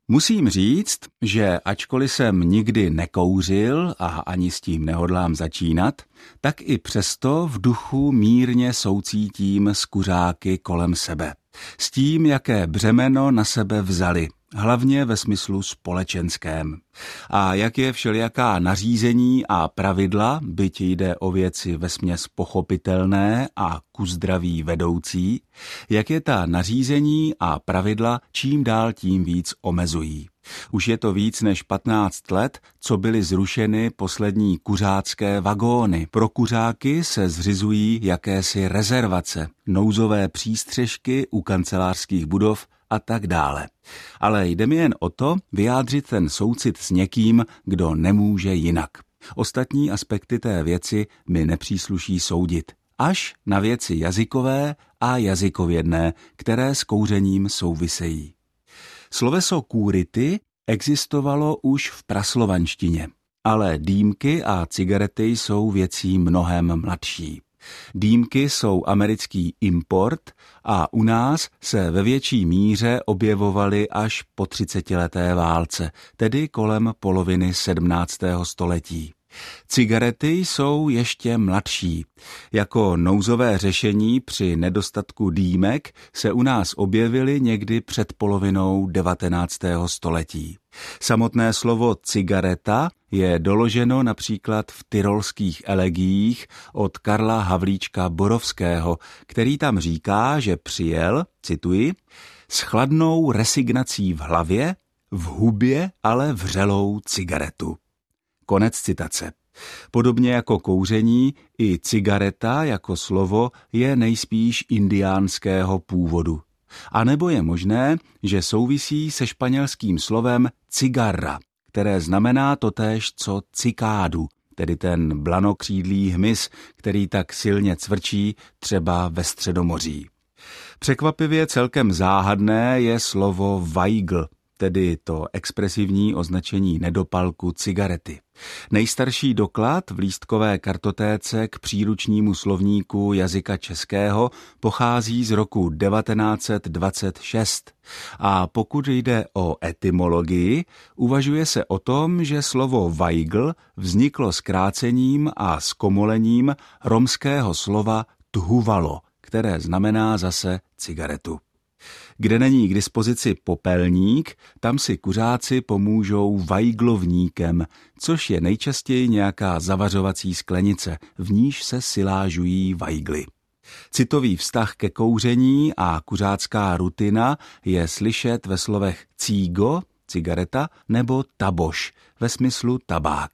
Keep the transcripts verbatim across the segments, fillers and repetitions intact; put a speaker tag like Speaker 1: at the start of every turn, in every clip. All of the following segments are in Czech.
Speaker 1: Musím říct, že ačkoliv jsem nikdy nekouřil a ani s tím nehodlám začínat, tak i přesto v duchu mírně soucítím s kuřáky kolem sebe. S tím, jaké břemeno na sebe vzali, hlavně ve smyslu společenském. A jak je všelijaká nařízení a pravidla, byť jde o věci vesměs pochopitelné a ku zdraví vedoucí, jak je ta nařízení a pravidla čím dál tím víc omezují. Už je to víc než patnáct let, co byly zrušeny poslední kuřácké vagóny. Pro kuřáky se zřizují jakési rezervace, nouzové přístřežky u kancelářských budov a tak dále. Ale jde mi jen o to vyjádřit ten soucit s někým, kdo nemůže jinak. Ostatní aspekty té věci mi nepřísluší soudit. Až na věci jazykové a jazykovědné, které s kouřením souvisejí. Sloveso kúrity existovalo už v praslovanštině, ale dýmky a cigarety jsou věcí mnohem mladší. Dýmky jsou americký import a u nás se ve větší míře objevovaly až po třicetileté válce, tedy kolem poloviny sedmnáctého století. Cigarety jsou ještě mladší. Jako nouzové řešení při nedostatku dýmek se u nás objevily někdy před polovinou devatenáctého století. Samotné slovo cigareta je doloženo například v tyrolských elegiích od Karla Havlíčka Borovského, který tam říká, že přijel, cituji, s chladnou resignací v hlavě, v hubě ale vřelou cigaretu. Konec citace. Podobně jako kouření, i cigareta jako slovo je nejspíš indiánského původu. A nebo je možné, že souvisí se španělským slovem cigarra, které znamená totéž co cikádu, tedy ten blanokřídlý hmyz, který tak silně cvrčí třeba ve Středomoří. Překvapivě celkem záhadné je slovo Weigl, tedy to expresivní označení nedopalku cigarety. Nejstarší doklad v lístkové kartotéce k příručnímu slovníku jazyka českého pochází z roku devatenáct set dvacet šest. A pokud jde o etymologii, uvažuje se o tom, že slovo Weigl vzniklo zkrácením a zkomolením romského slova thuvalo, které znamená zase cigaretu. Kde není k dispozici popelník, tam si kuřáci pomůžou vajglovníkem, což je nejčastěji nějaká zavařovací sklenice, v níž se silážují vajgly. Citový vztah ke kouření a kuřácká rutina je slyšet ve slovech cígo, cigareta, nebo taboš, ve smyslu tabák.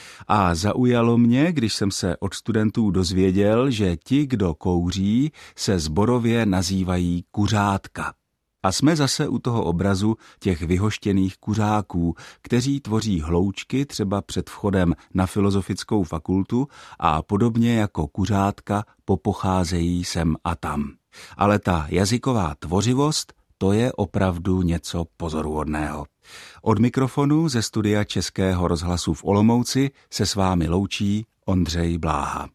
Speaker 1: A zaujalo mě, když jsem se od studentů dozvěděl, že ti, kdo kouří, se sborově nazývají kuřátka. A jsme zase u toho obrazu těch vyhoštěných kuřáků, kteří tvoří hloučky třeba před vchodem na filozofickou fakultu a podobně jako kuřátka popocházejí sem a tam. Ale ta jazyková tvořivost, to je opravdu něco pozoruhodného. Od mikrofonu ze studia Českého rozhlasu v Olomouci se s vámi loučí Ondřej Bláha.